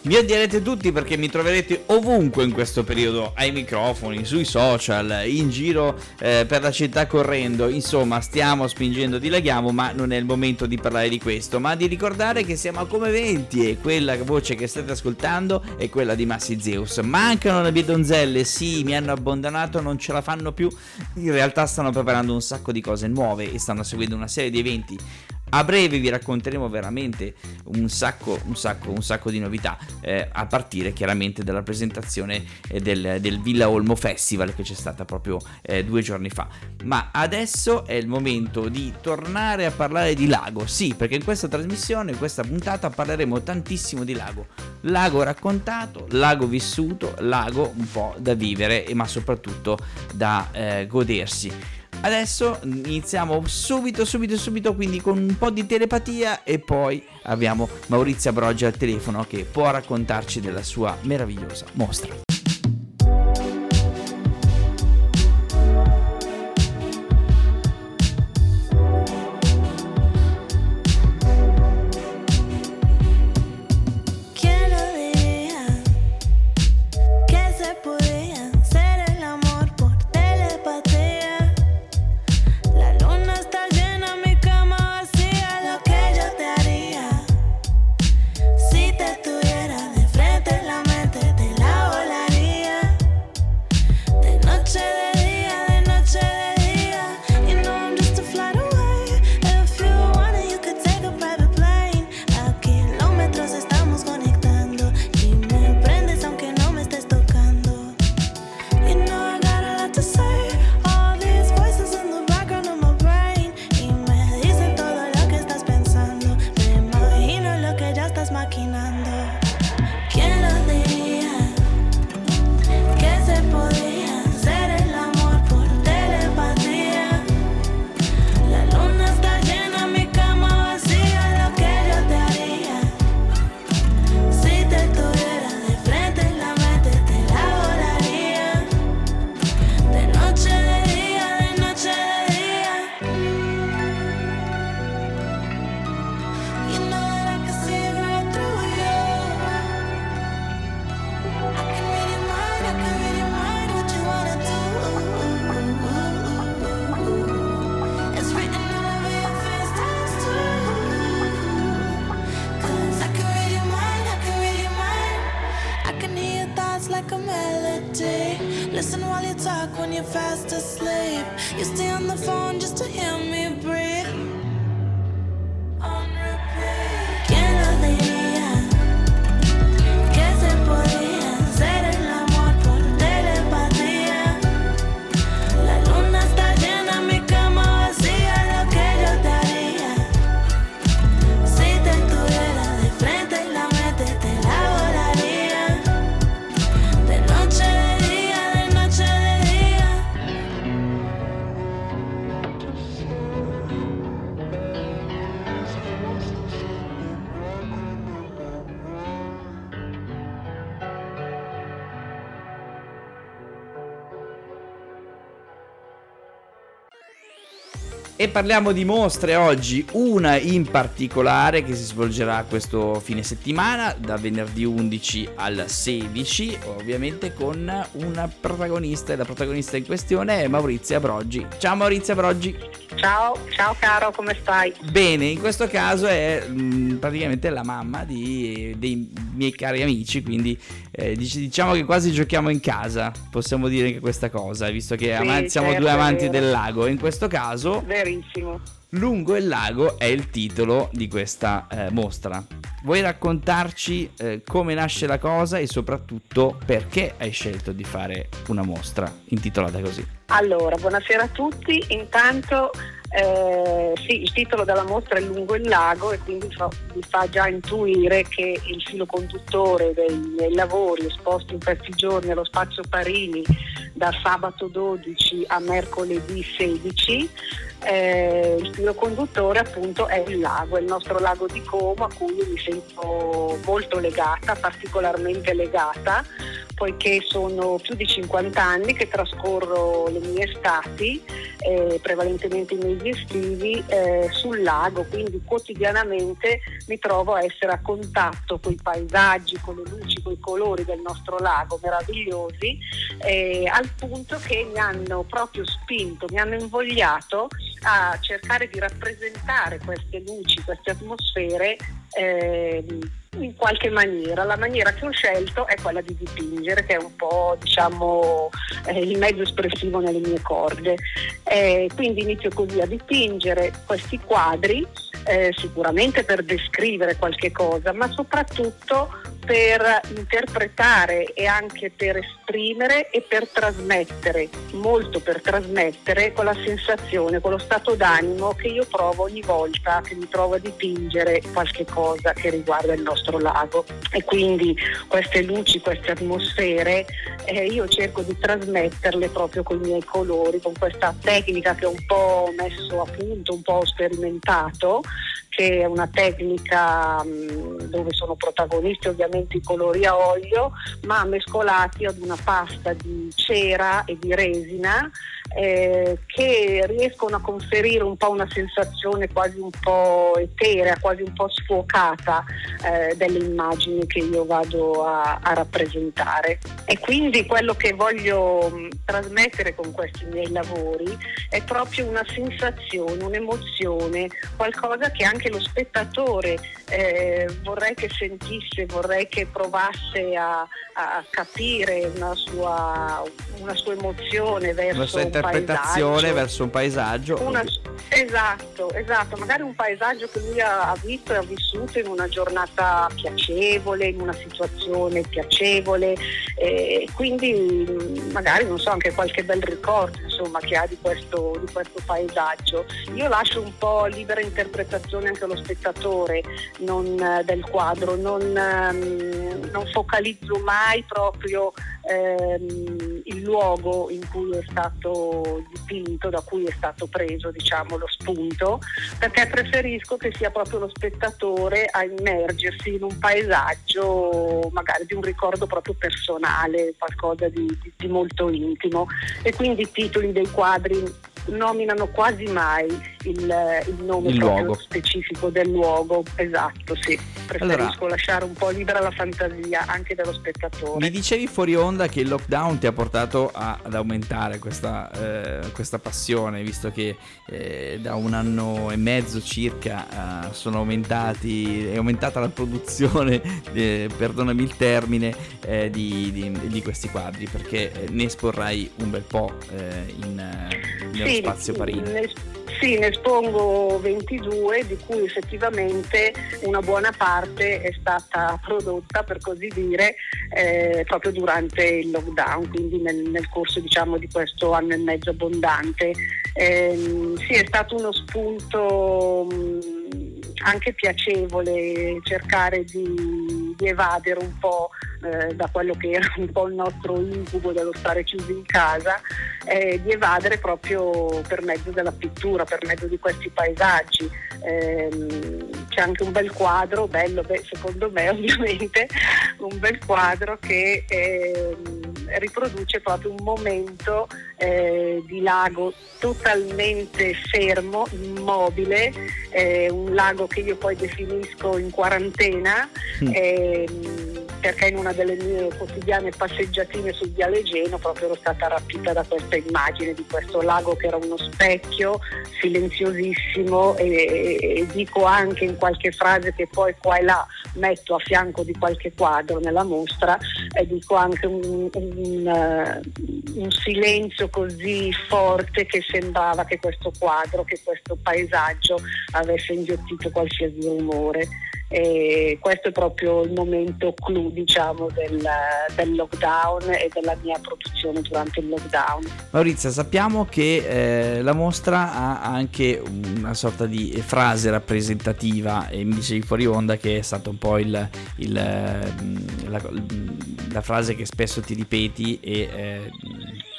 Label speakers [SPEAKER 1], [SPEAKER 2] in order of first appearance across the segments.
[SPEAKER 1] Mi odierete tutti perché mi troverete ovunque in questo periodo, ai microfoni, sui social, in giro per la città correndo. Insomma, stiamo spingendo, dilaghiamo, ma non è il momento di parlare di questo, ma di ricordare che siamo a Come Venti e quella voce che state ascoltando è quella di Massi Zeus. Mancano le mie donzelle, sì, mi hanno abbandonato, non ce la fanno più. In realtà stanno preparando un sacco di cose nuove e stanno seguendo una serie di eventi. A breve vi racconteremo veramente un sacco di novità, a partire chiaramente dalla presentazione del Villa Olmo Festival che c'è stata proprio 2 giorni fa. Ma adesso è il momento di tornare a parlare di lago, sì, perché in questa trasmissione, in questa puntata parleremo tantissimo di lago. Lago raccontato, lago vissuto, lago un po' da vivere, ma soprattutto da godersi. Adesso iniziamo subito, quindi con un po' di telepatia e poi abbiamo Maurizia Broggi al telefono che può raccontarci della sua meravigliosa mostra. E parliamo di mostre oggi, una in particolare che si svolgerà questo fine settimana, da venerdì 11 al 16, ovviamente con una protagonista, e la protagonista in questione è Maurizia Broggi. Ciao Maurizia Broggi!
[SPEAKER 2] Ciao caro, come stai?
[SPEAKER 1] Bene, in questo caso è praticamente la mamma dei miei cari amici, quindi diciamo che quasi giochiamo in casa, possiamo dire che questa cosa, visto che siamo
[SPEAKER 2] certo,
[SPEAKER 1] due amanti del lago. In questo caso,
[SPEAKER 2] verissimo,
[SPEAKER 1] Lungo il lago è il titolo di questa mostra. Vuoi raccontarci come nasce la cosa e soprattutto perché hai scelto di fare una mostra intitolata così?
[SPEAKER 2] Allora, buonasera a tutti. Intanto sì, il titolo della mostra è Lungo il lago e quindi vi fa già intuire che il filo conduttore dei miei lavori esposti in questi giorni allo Spazio Parini da sabato 12 a mercoledì 16, il filo conduttore appunto è il lago, è il nostro lago di Como, a cui mi sento molto legata, particolarmente legata, poiché sono più di 50 anni che trascorro le mie estati, prevalentemente i mesi estivi, sul lago, quindi quotidianamente mi trovo a essere a contatto con i paesaggi, con le luci, con i colori del nostro lago meravigliosi, al punto che mi hanno proprio spinto, mi hanno invogliato a cercare di rappresentare queste luci, queste atmosfere in qualche maniera. La maniera che ho scelto è quella di dipingere, che è un po', diciamo, il mezzo espressivo nelle mie corde. Quindi inizio così a dipingere questi quadri, sicuramente per descrivere qualche cosa, ma soprattutto per interpretare e anche per esprimere e per trasmettere, molto per trasmettere quella sensazione, quello stato d'animo che io provo ogni volta che mi trovo a dipingere qualche cosa che riguarda il nostro lago. E quindi queste luci, queste atmosfere, io cerco di trasmetterle proprio con i miei colori, con questa tecnica che ho un po' messo a punto, un po' sperimentato, che è una tecnica dove sono protagonisti ovviamente i colori a olio, ma mescolati ad una pasta di cera e di resina, che riescono a conferire un po' una sensazione quasi un po' eterea, quasi un po' sfocata delle immagini che io vado a rappresentare. E quindi quello che voglio trasmettere con questi miei lavori è proprio una sensazione, un'emozione, qualcosa che anche lo spettatore vorrei che sentisse, vorrei che provasse a capire una sua emozione verso
[SPEAKER 1] la sua interpretazione verso un paesaggio.
[SPEAKER 2] Esatto, magari un paesaggio che lui ha visto e ha vissuto in una giornata piacevole, in una situazione piacevole, quindi magari non so, anche qualche bel ricordo insomma che ha di questo paesaggio. Io lascio un po' libera interpretazione anche allo spettatore del quadro, non focalizzo mai proprio il luogo in cui è stato dipinto, da cui è stato preso, diciamo, lo spunto, perché preferisco che sia proprio lo spettatore a immergersi in un paesaggio, magari di un ricordo proprio personale, qualcosa di molto intimo, e quindi i titoli dei quadri nominano quasi mai il nome proprio
[SPEAKER 1] luogo
[SPEAKER 2] specifico del luogo. Esatto, sì. Preferisco lasciare un po' libera la fantasia anche dello spettatore.
[SPEAKER 1] Mi dicevi fuori onda che il lockdown ti ha portato ad aumentare questa passione, visto che da 1 anno e mezzo circa è aumentata la produzione, perdonami il termine, di questi quadri, perché ne esporrai un bel po' nello spazio Parina.
[SPEAKER 2] Sì, ne espongo 22, di cui effettivamente una buona parte è stata prodotta, per così dire, proprio durante il lockdown, quindi nel corso, diciamo, di questo anno e mezzo abbondante. Sì, è stato uno spunto anche piacevole cercare di evadere un po' da quello che era un po' il nostro incubo dello stare chiusi in casa, di evadere proprio per mezzo della pittura, per mezzo di questi paesaggi. C'è anche un bel quadro, bello, secondo me ovviamente, un bel quadro che riproduce proprio un momento di lago totalmente fermo, immobile, un lago che io poi definisco in quarantena, perché in una delle mie quotidiane passeggiatine sul Viale Geno proprio ero stata rapita da questa immagine di questo lago che era uno specchio silenziosissimo, e dico anche in qualche frase che poi qua e là metto a fianco di qualche quadro nella mostra, e dico anche un silenzio così forte che sembrava che questo quadro, che questo paesaggio avesse inghiottito qualsiasi rumore. E questo è proprio il momento clou, diciamo, del lockdown e della mia produzione durante il lockdown.
[SPEAKER 1] Maurizia, sappiamo che la mostra ha anche una sorta di frase rappresentativa, e mi dicevi fuori onda che è stata un po' la frase che spesso ti ripeti e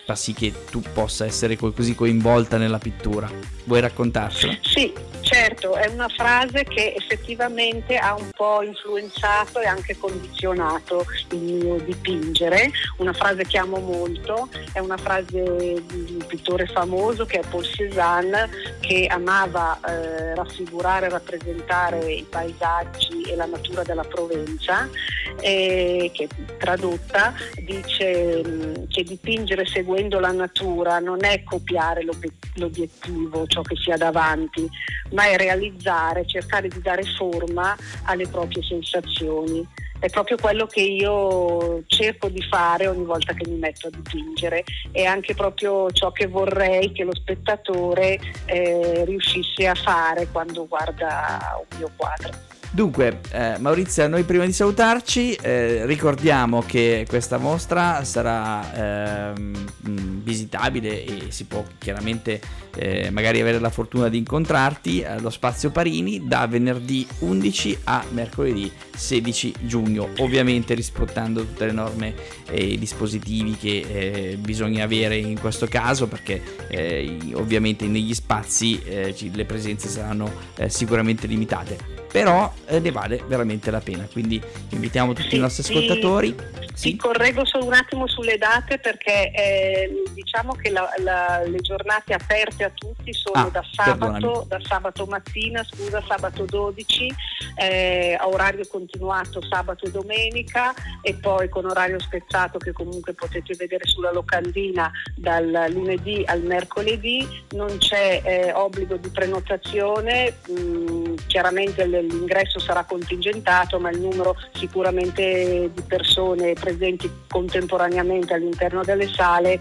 [SPEAKER 1] fa sì che tu possa essere così coinvolta nella pittura. Vuoi raccontarcela?
[SPEAKER 2] Sì, certo, è una frase che effettivamente ha un po' influenzato e anche condizionato il mio dipingere, una frase che amo molto, è una frase di un pittore famoso che è Paul Cézanne, che amava raffigurare e rappresentare i paesaggi e la natura della Provenza, che tradotta dice che dipingere seguendo la natura non è copiare l'obiettivo, ciò che si ha davanti, ma è realizzare, cercare di dare forma alle proprie sensazioni. È proprio quello che io cerco di fare ogni volta che mi metto a dipingere, è anche proprio ciò che vorrei che lo spettatore riuscisse a fare quando guarda un mio quadro.
[SPEAKER 1] Dunque, Maurizia, noi prima di salutarci ricordiamo che questa mostra sarà visitabile e si può chiaramente magari avere la fortuna di incontrarti allo Spazio Parini da venerdì 11 a mercoledì 16 giugno, ovviamente rispettando tutte le norme e i dispositivi che bisogna avere in questo caso, perché ovviamente negli spazi le presenze saranno sicuramente limitate. Però ne vale veramente la pena, quindi invitiamo tutti i nostri ascoltatori.
[SPEAKER 2] Sì, correggo solo un attimo sulle date, perché diciamo che le giornate aperte a tutti sono da sabato mattina, sabato 12, a orario continuato sabato e domenica, e poi con orario spezzato che comunque potete vedere sulla locandina dal lunedì al mercoledì. Non c'è obbligo di prenotazione, chiaramente l'ingresso sarà contingentato, ma il numero sicuramente di persone presenti contemporaneamente all'interno delle sale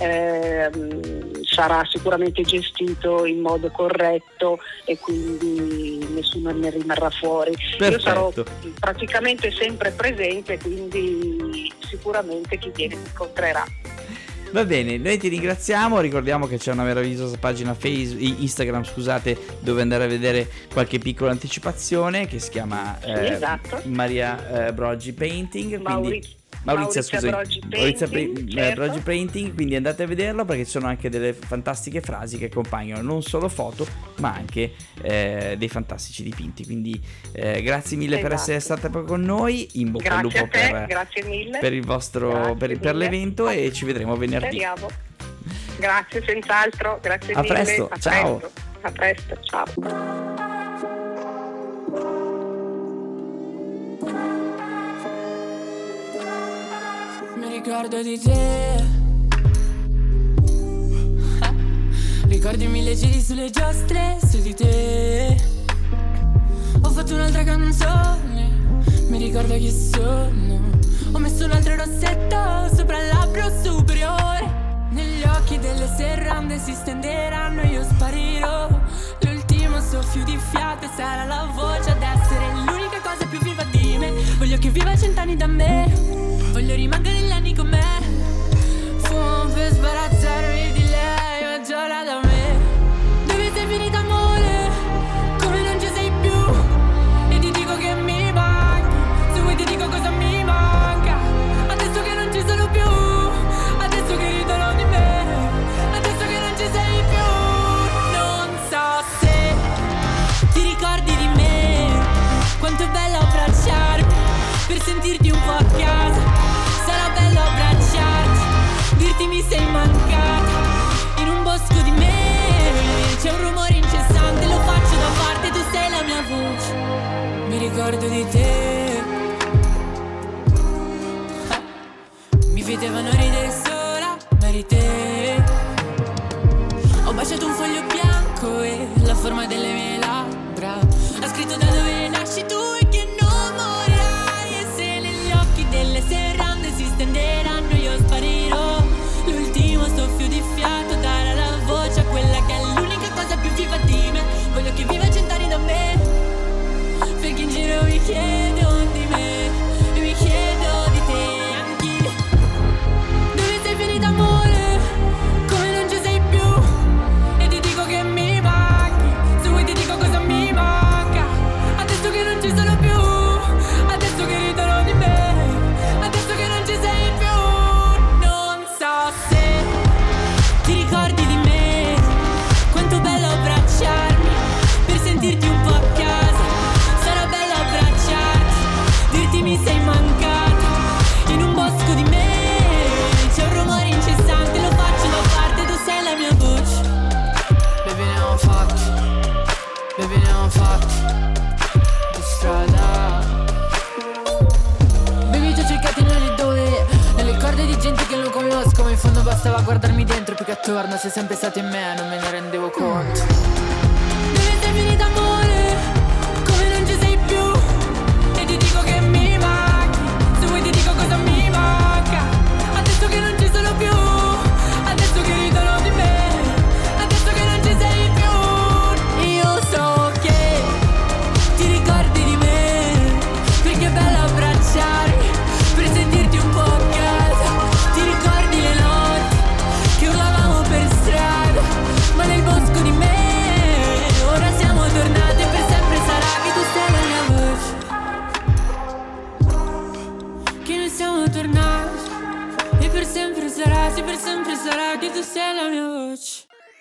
[SPEAKER 2] sarà sicuramente gestito in modo corretto, e quindi nessuno ne rimarrà fuori.
[SPEAKER 1] Perfetto.
[SPEAKER 2] Io sarò praticamente sempre presente, quindi sicuramente chi viene mi incontrerà.
[SPEAKER 1] Va bene, noi ti ringraziamo, ricordiamo che c'è una meravigliosa pagina Instagram, dove andare a vedere qualche piccola anticipazione, che si chiama
[SPEAKER 2] esatto.
[SPEAKER 1] Maria Broggi Painting, Maurizia Broggi Painting, quindi andate a vederlo, perché ci sono anche delle fantastiche frasi che accompagnano non solo foto ma anche dei fantastici dipinti, quindi grazie mille per essere stata con noi, in bocca al lupo
[SPEAKER 2] grazie mille
[SPEAKER 1] per il vostro per l'evento, e ci vedremo venerdì.
[SPEAKER 2] Speriamo. Grazie, senz'altro, grazie
[SPEAKER 1] a
[SPEAKER 2] mille.
[SPEAKER 1] Presto, ciao.
[SPEAKER 2] A presto, ciao.
[SPEAKER 3] Mi ricordo di te, ricordi mille giri sulle giostre su di te. Ho fatto un'altra canzone, mi ricordo chi sono. Ho messo un altro rossetto sopra il labbro superiore. Negli occhi delle serrande si stenderanno e io sparirò. L'ultimo soffio di fiato sarà la voce ad essere l'unica cosa più viva di me. Voglio che viva 100 anni da me, voglio rimanere gli anni con me. Fumo per sbarazzarmi di lei, ma giora da me. Dove sei finita, amore? Come non ci sei più? E ti dico che mi manchi, se vuoi ti dico cosa mi manca. Adesso che non ci sono più, adesso che ridono di me, adesso che non ci sei più. Non so se ti ricordi di me, quanto è bello abbracciarmi per sentirti un po' a casa. Sarà bello abbracciarti, dirti mi sei mancata. In un bosco di me c'è un rumore incessante, lo faccio da parte, tu sei la mia voce. Mi ricordo di te, mi vedevano ridere sola, ma eri te. Ho baciato un foglio bianco e la forma delle mie labbra ha scritto da dove nasci tu e che non morirai. E se negli occhi delle serrande si stenderanno io sparirò. L'ultimo soffio di fiato darà la voce a quella che è l'unica cosa più viva di me. Voglio che viva 100 anni da me, perché in giro mi chiedo di me e mi chiedo di te anch'io. Dove sei finita, amore? Come non ci sei più? E ti dico che mi manchi, se vuoi ti dico cosa mi manca. Adesso che non ci sono siamo fatti di strada. Baby, ti ho cercati nelle dove, nelle corde di gente che non conosco, ma in fondo bastava guardarmi dentro più che attorno. Sei sempre stato in me, non me ne rendevo conto. Dove sei finito amore, come non ci sei più, e ti dico che mi manchi, se vuoi ti dico cosa mi manca. Adesso che non ci sono più, adesso che ridono di me, adesso che non ci sei più. Io so che ti ricordi di me, perché è bello abbracciarmi, per sentirti un po' a casa. Ti ricordi le notti che urlavamo per strada, ma nel bosco di me ora siamo tornati e per sempre sarà che tu sei la mia voce. Che noi siamo tornati e per sempre sarà, sì, per sempre sarà che tu sei la mia voce.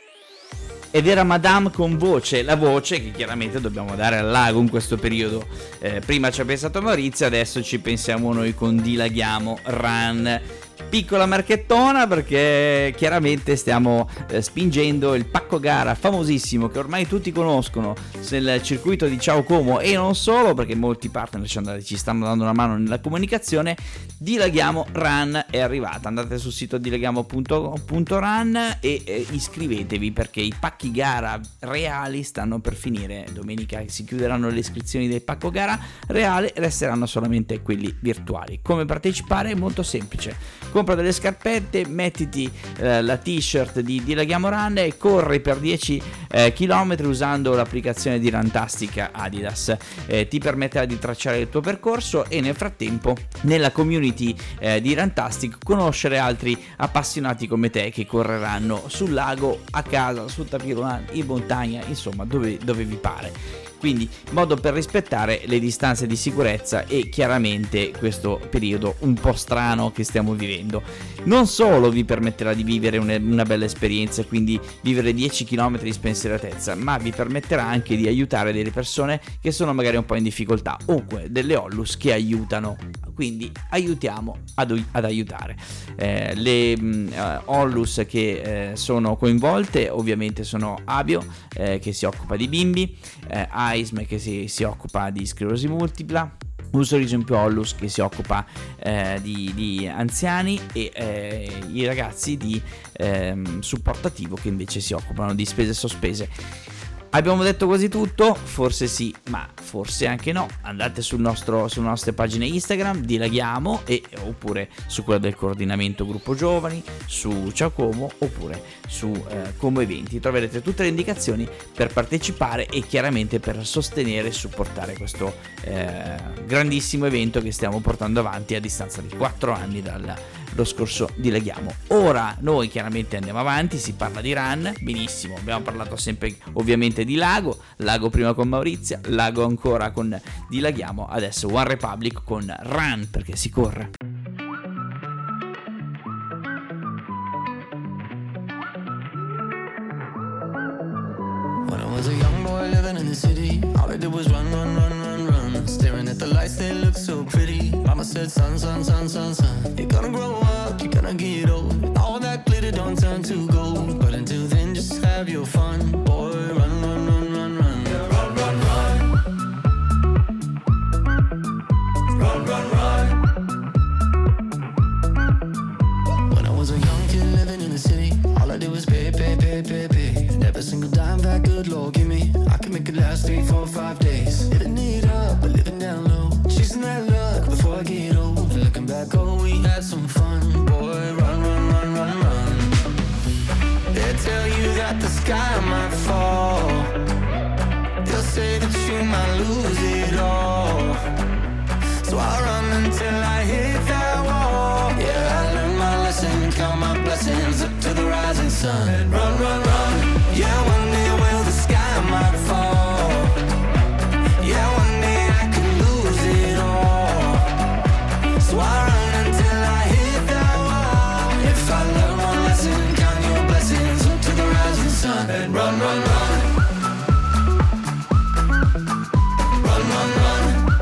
[SPEAKER 1] Ed era Madame con voce, la voce che chiaramente dobbiamo dare al lago in questo periodo. Prima ci ha pensato Maurizio, adesso ci pensiamo noi con Dilaghiamo, Run. Piccola marchettona perché chiaramente stiamo spingendo il pacco gara famosissimo che ormai tutti conoscono nel circuito di Ciao Como e non solo, perché molti partner ci stanno dando una mano nella comunicazione. Dilaghiamo Run è arrivata, andate sul sito dilaghiamo.run e iscrivetevi, perché i pacchi gara reali stanno per finire. Domenica si chiuderanno le iscrizioni del pacco gara reale, resteranno solamente quelli virtuali. Come partecipare? È molto semplice. Compra delle scarpette, mettiti la t-shirt di Dilaghiamo Run e corri per 10 km usando l'applicazione di Runtastic Adidas. Ti permetterà di tracciare il tuo percorso e nel frattempo nella community di Runtastic conoscere altri appassionati come te che correranno sul lago, a casa, sul tapis in montagna, insomma dove vi pare. Quindi modo per rispettare le distanze di sicurezza e chiaramente questo periodo un po' strano che stiamo vivendo. Non solo vi permetterà di vivere una bella esperienza, quindi vivere 10 km di spensieratezza, ma vi permetterà anche di aiutare delle persone che sono magari un po' in difficoltà o delle Onlus che aiutano. Quindi aiutiamo ad aiutare. Le Onlus che sono coinvolte ovviamente sono Avio che si occupa di bimbi, AISM che si occupa di sclerosi multipla, Usorigin più Onlus che si occupa di anziani e i ragazzi di supporto attivo che invece si occupano di spese sospese. Abbiamo detto quasi tutto? Forse sì, ma forse anche no. Andate sulle nostre pagine Instagram, Dilaghiamo, oppure su quella del coordinamento gruppo giovani, su Ciao Como, oppure su Como Eventi. Troverete tutte le indicazioni per partecipare e chiaramente per sostenere e supportare questo grandissimo evento che stiamo portando avanti a distanza di 4 anni dallo scorso Dilaghiamo. Ora noi chiaramente andiamo avanti, si parla di Run, benissimo, abbiamo parlato sempre ovviamente di Lago prima con Maurizia, Lago ancora con Dilaghiamo, adesso One Republic con Run, perché si corre.
[SPEAKER 4] When I was a young boy living in the city, all I did was run, run, run, run, run. Staring at the lights, they look so pretty. Mama said, son, son, son, son, son, you're gonna grow up, you're gonna get old. All that glitter don't turn to gold. But until then, just have your fun. Boy, run, run, run, run, run. Run, run, run. Run, run, run. When I was a young kid living in the city, all I did was pay, pay, pay, pay, pay. Every single dime that good Lord give me, I can make it last 3, 4, 5 days. Living it up, but living down low, chasing that luck before I get old. Looking back, oh, we had some fun. Boy, run, run, run, run, run. They tell you that the sky might fall, they'll say that you might lose it all. So I run until I hit that wall. Yeah, I learned my lesson, count my blessings up to the rising sun. And run, run, run. Yeah, one day will the sky might fall. Yeah, one day I could lose it all. So I run until I hit that wall. If I learn one lesson, count your blessings up to the rising sun. And run, run, run. Run, run, run.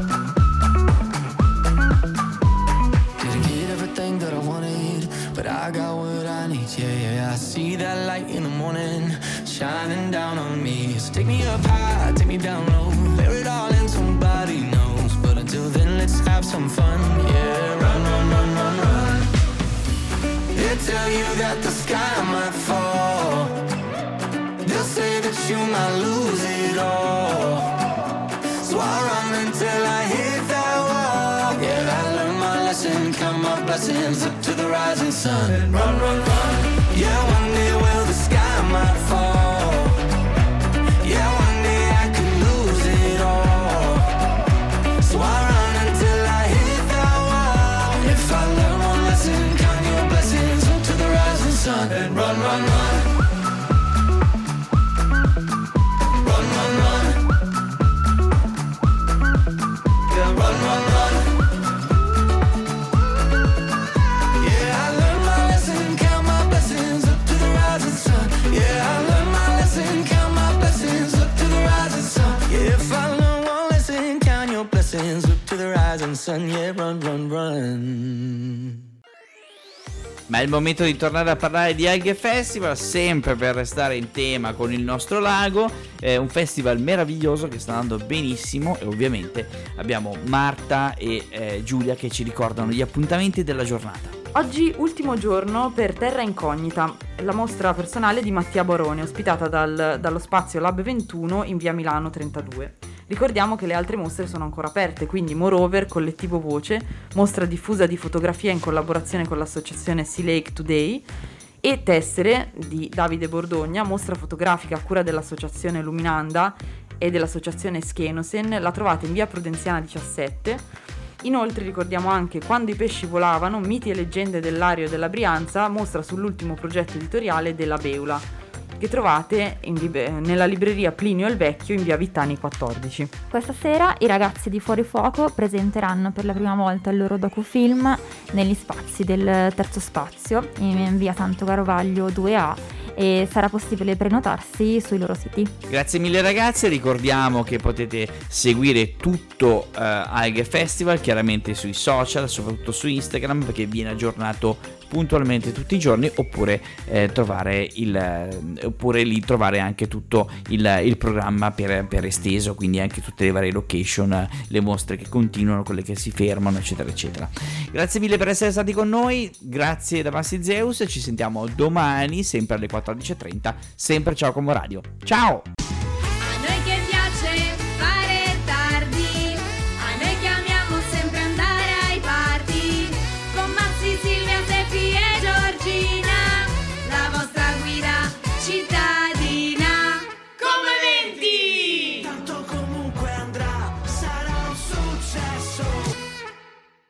[SPEAKER 4] Didn't get everything that I wanted, but I got what I need. Yeah, yeah, I see that light in the morning shining down on me. So take me up high, take me down low, bear it all and somebody knows. But until then, let's have some fun. Yeah, run, run, run, run, run. They tell you that the sky might fall. They'll say that you might lose it all. So I run until I hit that wall. Yeah, I learned my lesson, count my blessings up to the rising sun. And run, run, run. Yeah, one day will the sky might fall. Yeah, one day I could lose it all. So I run until I hit that wall. If I learn one lesson, count your blessings up to the rising sun. And run, run, run. Run, run, run. Yeah, run, run, run. Yeah, I learned my lesson, count my blessings up to the rising sun. Yeah, I learned my lesson, count my blessings up to the rising sun. Yeah, if I learn one lesson, count your blessings up to the rising sun. Yeah, run, run, run.
[SPEAKER 1] Ma è il momento di tornare a parlare di Alghe Festival, sempre per restare in tema con il nostro lago. È un festival meraviglioso che sta andando benissimo e ovviamente abbiamo Marta e Giulia che ci ricordano gli appuntamenti della giornata.
[SPEAKER 5] Oggi ultimo giorno per Terra Incognita, la mostra personale di Mattia Boroni, ospitata dallo spazio Lab 21 in via Milano 32. Ricordiamo che le altre mostre sono ancora aperte, quindi Moreover, Collettivo Voce, mostra diffusa di fotografia in collaborazione con l'associazione Sea Lake Today, e Tessere di Davide Bordogna, mostra fotografica a cura dell'associazione Luminanda e dell'associazione Schenosen. La trovate in via Prudenziana 17. Inoltre ricordiamo anche Quando i pesci volavano, miti e leggende del Lario e della Brianza, mostra sull'ultimo progetto editoriale della Beula, che trovate nella libreria Plinio il Vecchio in via Vittani 14.
[SPEAKER 6] Questa sera i ragazzi di Fuori Fuoco presenteranno per la prima volta il loro docufilm negli spazi del Terzo Spazio in via Santo Carovaglio 2A, e sarà possibile prenotarsi sui loro siti.
[SPEAKER 1] Grazie mille ragazze, ricordiamo che potete seguire tutto Alghe Festival chiaramente sui social, soprattutto su Instagram, perché viene aggiornato puntualmente tutti i giorni, oppure lì trovare anche tutto il programma per esteso, quindi anche tutte le varie location, le mostre che continuano, quelle che si fermano, eccetera eccetera. Grazie mille per essere stati con noi, grazie da Massi Zeus, ci sentiamo domani sempre alle 14:30, sempre Ciao Como Radio. Ciao!